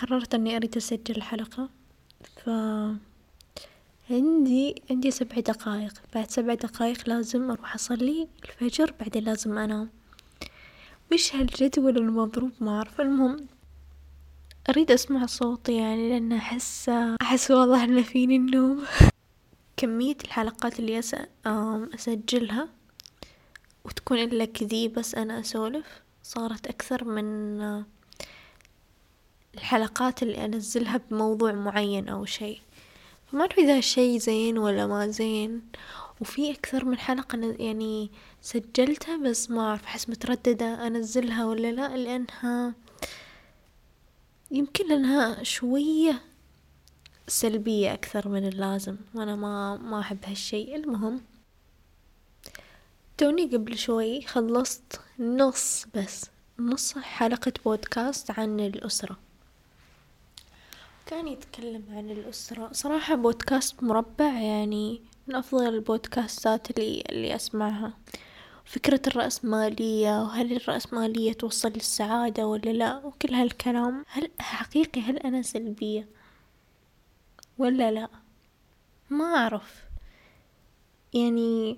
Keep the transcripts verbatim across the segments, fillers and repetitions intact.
قررت اني اريد اسجل حلقة. ف عندي عندي سبع دقائق. بعد سبع دقائق لازم اروح اصلي الفجر، بعدين لازم انام. وش هالجدول المضروب؟ ما اعرف. المهم اريد اسمع صوتي يعني، لان احس احس والله ان فيني النوم. كمية الحلقات اللي أس... آم، اسجلها وتكون الا كذي بس انا اسولف صارت اكثر من آه، الحلقات اللي انزلها بموضوع معين او شيء. ما أعرف إذا هالشي زين ولا ما زين. وفي أكثر من حلقة أنا يعني سجلتها، بس ما أعرف، أحس مترددة أنزلها ولا لا، لأنها يمكن لأنها شوية سلبية أكثر من اللازم، وأنا ما ما أحب هالشي. المهم توني قبل شوي خلصت نص بس نص حلقة بودكاست عن الأسرة. كان يتكلم عن الأسرة. صراحة بودكاست مربع، يعني من أفضل البودكاستات اللي, اللي أسمعها. فكرة الرأسمالية، وهل الرأسمالية توصل للسعادة ولا لا، وكل هالكلام. هل حقيقي هل أنا سلبية ولا لا؟ ما أعرف. يعني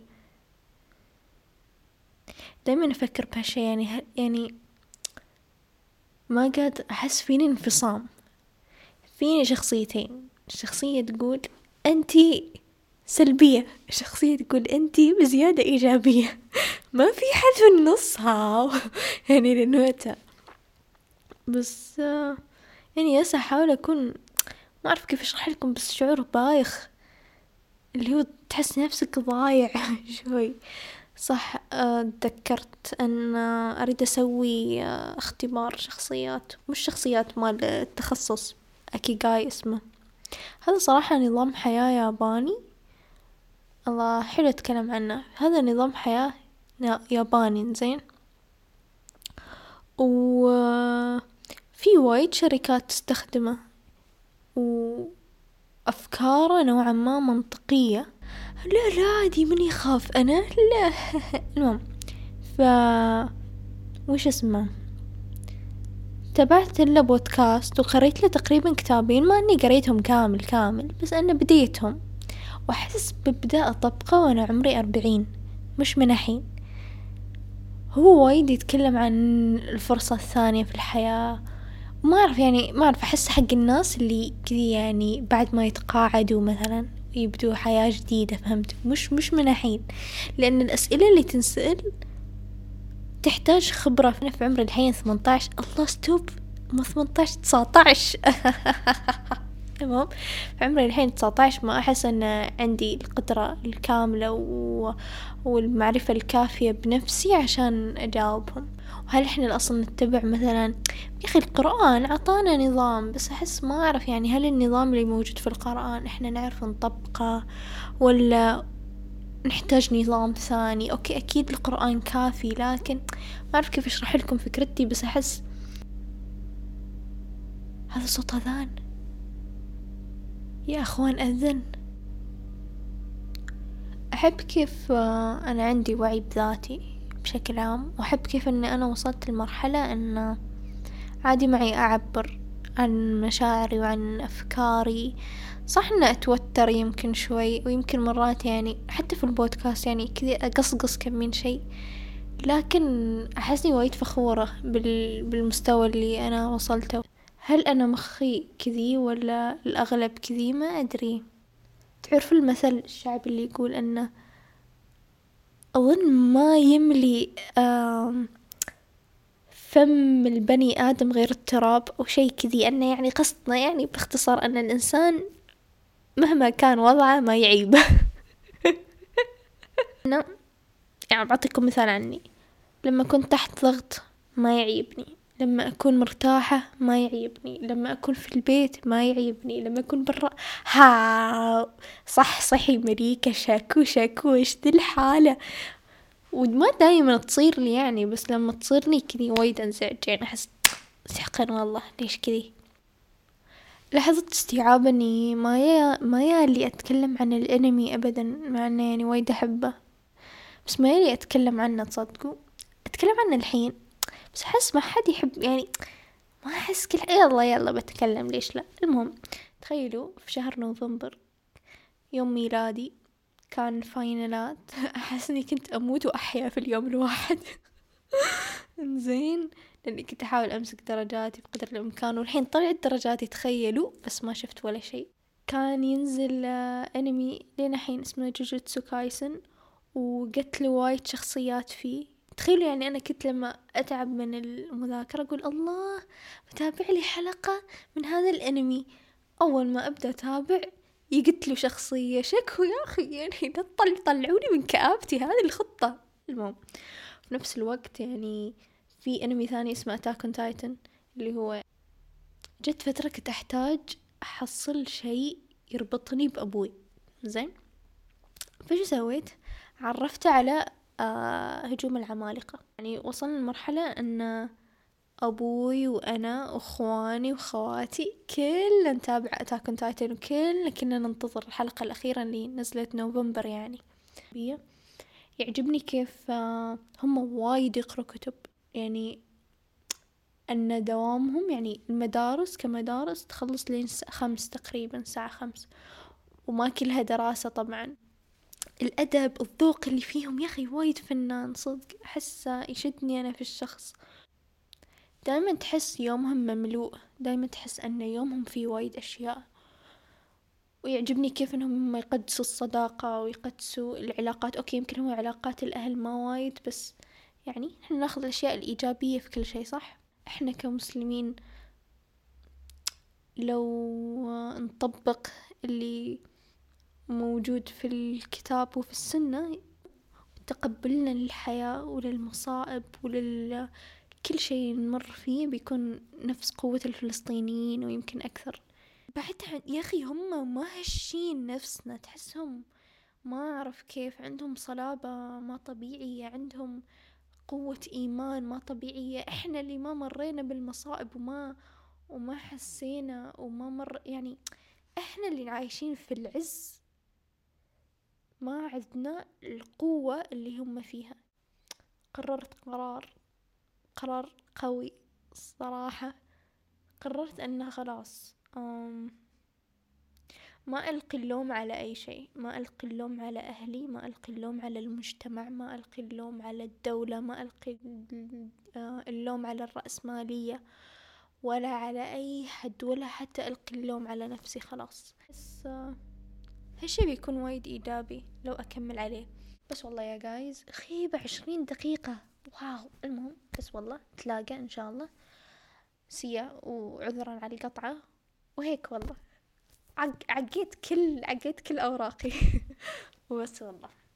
دايما أفكر بهالشي. يعني هل يعني ما قاد أحس فيني انفصام. فيني شخصيتين، شخصية تقول أنتي سلبية، شخصية تقول أنتي بزيادة إيجابية. ما في حد في النص هاو. يعني لنوتا. بس يعني يس أحاول أكون، ما أعرف كيف أشرح لكم، بس شعور بايخ اللي هو تحس نفسك ضايع شوي. صح. تذكرت أن أريد أسوي اختبار شخصيات، مش شخصيات، مال التخصص أكيغاي اسمه. هذا صراحة نظام حياة ياباني. الله حلو أتكلم عنه. هذا نظام حياة ياباني زين، وفي وايد شركات تستخدمه، وأفكاره نوعا ما منطقية. لا لا دي من يخاف أنا لا. المهم ف وش اسمه، تابعت له بودكاست وقريت له تقريبا كتابين، ما أني قريتهم كامل كامل، بس أنا بديتهم وأحس ببدأ أطبقه وأنا عمري أربعين، مش من الحين. هو وايد يتكلم عن الفرصة الثانية في الحياة. ما أعرف يعني، ما أعرف، أحس حق الناس اللي كذي يعني بعد ما يتقاعدوا مثلا يبدوا حياة جديدة، فهمت؟ مش مش من الحين، لأن الأسئلة اللي تنسأل تحتاج خبرة. في عمر الحين ثمانية عشر. الله ستوب، ما ثمانية عشر تسعة عشر. المهم في عمري الحين تسعة عشر، ما أحس أن عندي القدرة الكاملة و... والمعرفة الكافية بنفسي عشان أجاوبهم. وهل إحنا أصلا نتبع مثلا، يا أخي القرآن عطانا نظام، بس أحس ما أعرف يعني هل النظام اللي موجود في القرآن إحنا نعرف نطبقه ولا نحتاج نظام ثاني. أوكي أكيد القرآن كافي، لكن ما أعرف كيف أشرح لكم فكرتي. بس أحس هذا صوت أذان يا أخوان، أذن. أحب كيف أنا عندي وعي بذاتي بشكل عام، وأحب كيف أني أنا وصلت لمرحلة أن عادي معي أعبر عن مشاعري وعن أفكاري. صح أن أتوتر يمكن شوي، ويمكن مرات يعني حتى في البودكاست يعني كذي أقصقص كم من شيء، لكن أحسني وايد فخورة بال... بالمستوى اللي أنا وصلته. هل أنا مخي كذي ولا الأغلب كذي؟ ما أدري. تعرف المثل الشعبي اللي يقول أنه أظن ما يملي فم البني آدم غير التراب أو شيء كذي، أنه يعني قصدنا يعني باختصار أن الإنسان مهما كان وضعه ما يعيبه. أنا يعني بعطيكم مثال عني، لما كنت تحت ضغط ما يعيبني، لما أكون مرتاحة ما يعيبني، لما أكون في البيت ما يعيبني، لما أكون برا ها صح صحي مريكة شاكو شاكو إيش ذي الحالة. وما دايما تصير لي يعني، بس لما تصيرني كذي وايد أنزعج، يعني أحس سحقا والله ليش كذي. لحظة استيعاب اني ما يا ما يا اللي اتكلم عن الانمي ابدا، مع انه يعني وايد احبه، بس ما يلي اتكلم عنه. تصدقوا اتكلم عنه الحين، بس احس ما حد يحب يعني، ما أحس كل يلا يلا بتكلم ليش لا. المهم تخيلوا في شهر نوفمبر يوم ميلادي كان فاينلات أحس إني كنت أموت وأحيا في اليوم الواحد. إنزين لأني كنت أحاول أمسك درجاتي بقدر الإمكان، والحين طلعت درجاتي تخيلوا، بس ما شفت ولا شيء. كان ينزل آه، أنمي لين الحين اسمه جوجوتسو كايسن، وقتلوا وايد شخصيات فيه. تخيلوا يعني أنا كنت لما أتعب من المذاكرة أقول الله بتابع لي حلقة من هذا الأنمي، أول ما أبدأ أتابع يقتلوا شخصية شكو يا أخي، يعني لا تطل طلعوني من كآبتي، هذه الخطة. المهم في نفس الوقت يعني في أنمي ثاني اسمه أتاك أون تايتن، اللي هو جت فترة كنت أحتاج أحصل شيء يربطني بأبوي. زين فشو سويت؟ عرفت على آه هجوم العمالقة. يعني وصلنا لمرحلة أن أبوي وأنا وأخواني وخواتي كلنا نتابع أتاك أون تايتن، وكلنا كنا ننتظر الحلقة الأخيرة اللي نزلت نوفمبر. يعني يعجبني كيف آه هم وايد يقرأوا كتب، يعني أن دوامهم يعني المدارس كمدارس تخلص لين خمس تقريبا، ساعة خمس، وما كلها دراسة طبعا. الأدب الذوق اللي فيهم يا أخي وايد فنان صدق، أحسه يشدني أنا في الشخص. دايما تحس يومهم مملوء، دايما تحس أن يومهم فيه وايد أشياء. ويعجبني كيف أنهم يقدسوا الصداقة ويقدسوا العلاقات. أوكي يمكن هو علاقات الأهل ما وايد، بس يعني إحنا ناخذ الأشياء الإيجابية في كل شيء، صح؟ إحنا كمسلمين لو نطبق اللي موجود في الكتاب وفي السنة، تقبلنا للحياة وللمصائب ولل كل شيء نمر فيه بيكون نفس قوة الفلسطينيين ويمكن أكثر. بعد يا أخي هم ما هشين نفسنا، تحسهم ما أعرف كيف عندهم صلابة ما طبيعية، عندهم قوة إيمان ما طبيعية. إحنا اللي ما مرينا بالمصائب وما وما حسينا وما مر، يعني إحنا اللي عايشين في العز ما عندنا القوة اللي هم فيها. قررت قرار قرار قوي الصراحة. قررت أنه خلاص أم ما ألقي اللوم على أي شيء، ما ألقي اللوم على أهلي، ما ألقي اللوم على المجتمع، ما ألقي اللوم على الدولة، ما ألقي اللوم على الرأسمالية ولا على أي حد، ولا حتى ألقي اللوم على نفسي. خلاص بس هالشي بيكون وايد إيجابي لو أكمل عليه. بس والله يا جايز خيبة عشرين دقيقة، واو. المهم بس والله نتلاقى إن شاء الله سيا، وعذرا على القطعة وهيك. والله عق... عقيت كل عقيت كل أوراقي وبس والله.